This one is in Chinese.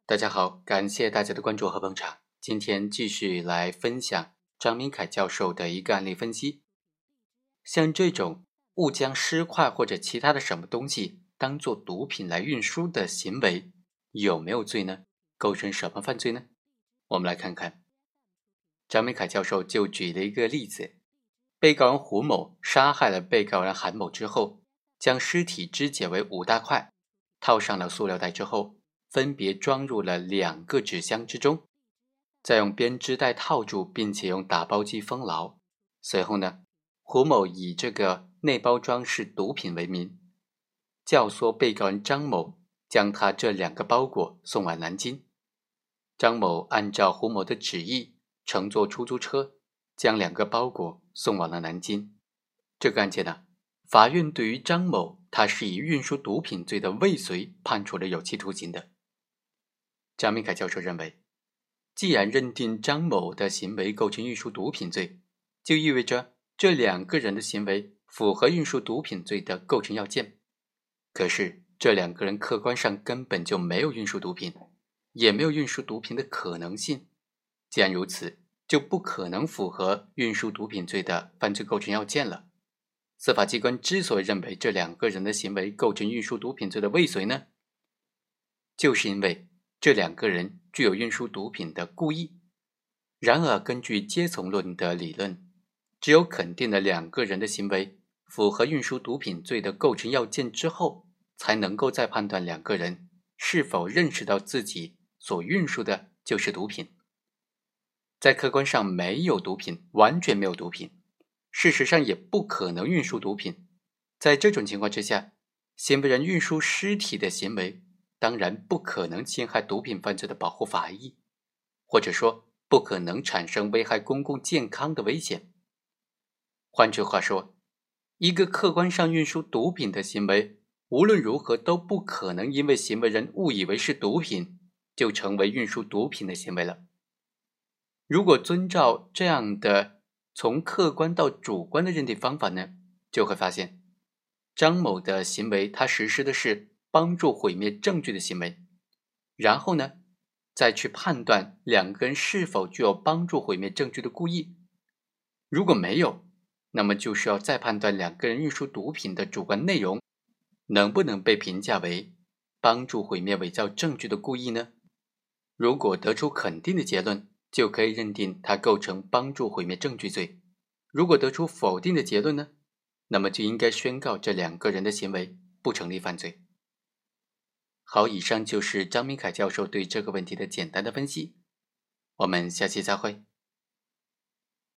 大家好，感谢大家的关注和捧场。今天继续来分享张明凯教授的一个案例分析。像这种误将尸块或者其他的什么东西当做毒品来运输的行为，有没有罪呢？构成什么犯罪呢？我们来看看。张明凯教授就举了一个例子，被告人胡某杀害了被告人韩某之后，将尸体肢解为5大块，套上了塑料袋之后，分别装入了2个纸箱之中，再用编织袋套住，并且用打包机封牢。随后呢，胡某以这个内包装是毒品为名，教唆被告人张某将他这2个包裹送往南京。张某按照胡某的旨意，乘坐出租车将2个包裹送往了南京。这个案件呢，法院对于张某他是以运输毒品罪的未遂判处了有期徒刑的。张明凯教授认为，既然认定张某的行为构成运输毒品罪，就意味着这2个人的行为符合运输毒品罪的构成要件。可是这2个人客观上根本就没有运输毒品，也没有运输毒品的可能性。既然如此，就不可能符合运输毒品罪的犯罪构成要件了。司法机关之所以认为这2个人的行为构成运输毒品罪的未遂呢，就是因为这2个人具有运输毒品的故意。然而根据阶层论的理论，只有肯定了2个人的行为符合运输毒品罪的构成要件之后，才能够再判断2个人是否认识到自己所运输的就是毒品。在客观上没有毒品，完全没有毒品，事实上也不可能运输毒品。在这种情况之下，行为人运输尸体的行为当然不可能侵害毒品犯罪的保护法益，或者说不可能产生危害公共健康的危险。换句话说，一个客观上运输毒品的行为，无论如何都不可能因为行为人误以为是毒品，就成为运输毒品的行为了。如果遵照这样的从客观到主观的认定方法呢，就会发现张某的行为他实施的是帮助毁灭证据的行为，然后呢再去判断2个人是否具有帮助毁灭证据的故意。如果没有，那么就需要再判断2个人运输毒品的主观内容能不能被评价为帮助毁灭伪造证据的故意呢？如果得出肯定的结论，就可以认定他构成帮助毁灭证据罪。如果得出否定的结论呢，那么就应该宣告这2个人的行为不成立犯罪。好，以上就是张明凯教授对这个问题的简单的分析。我们下期再会。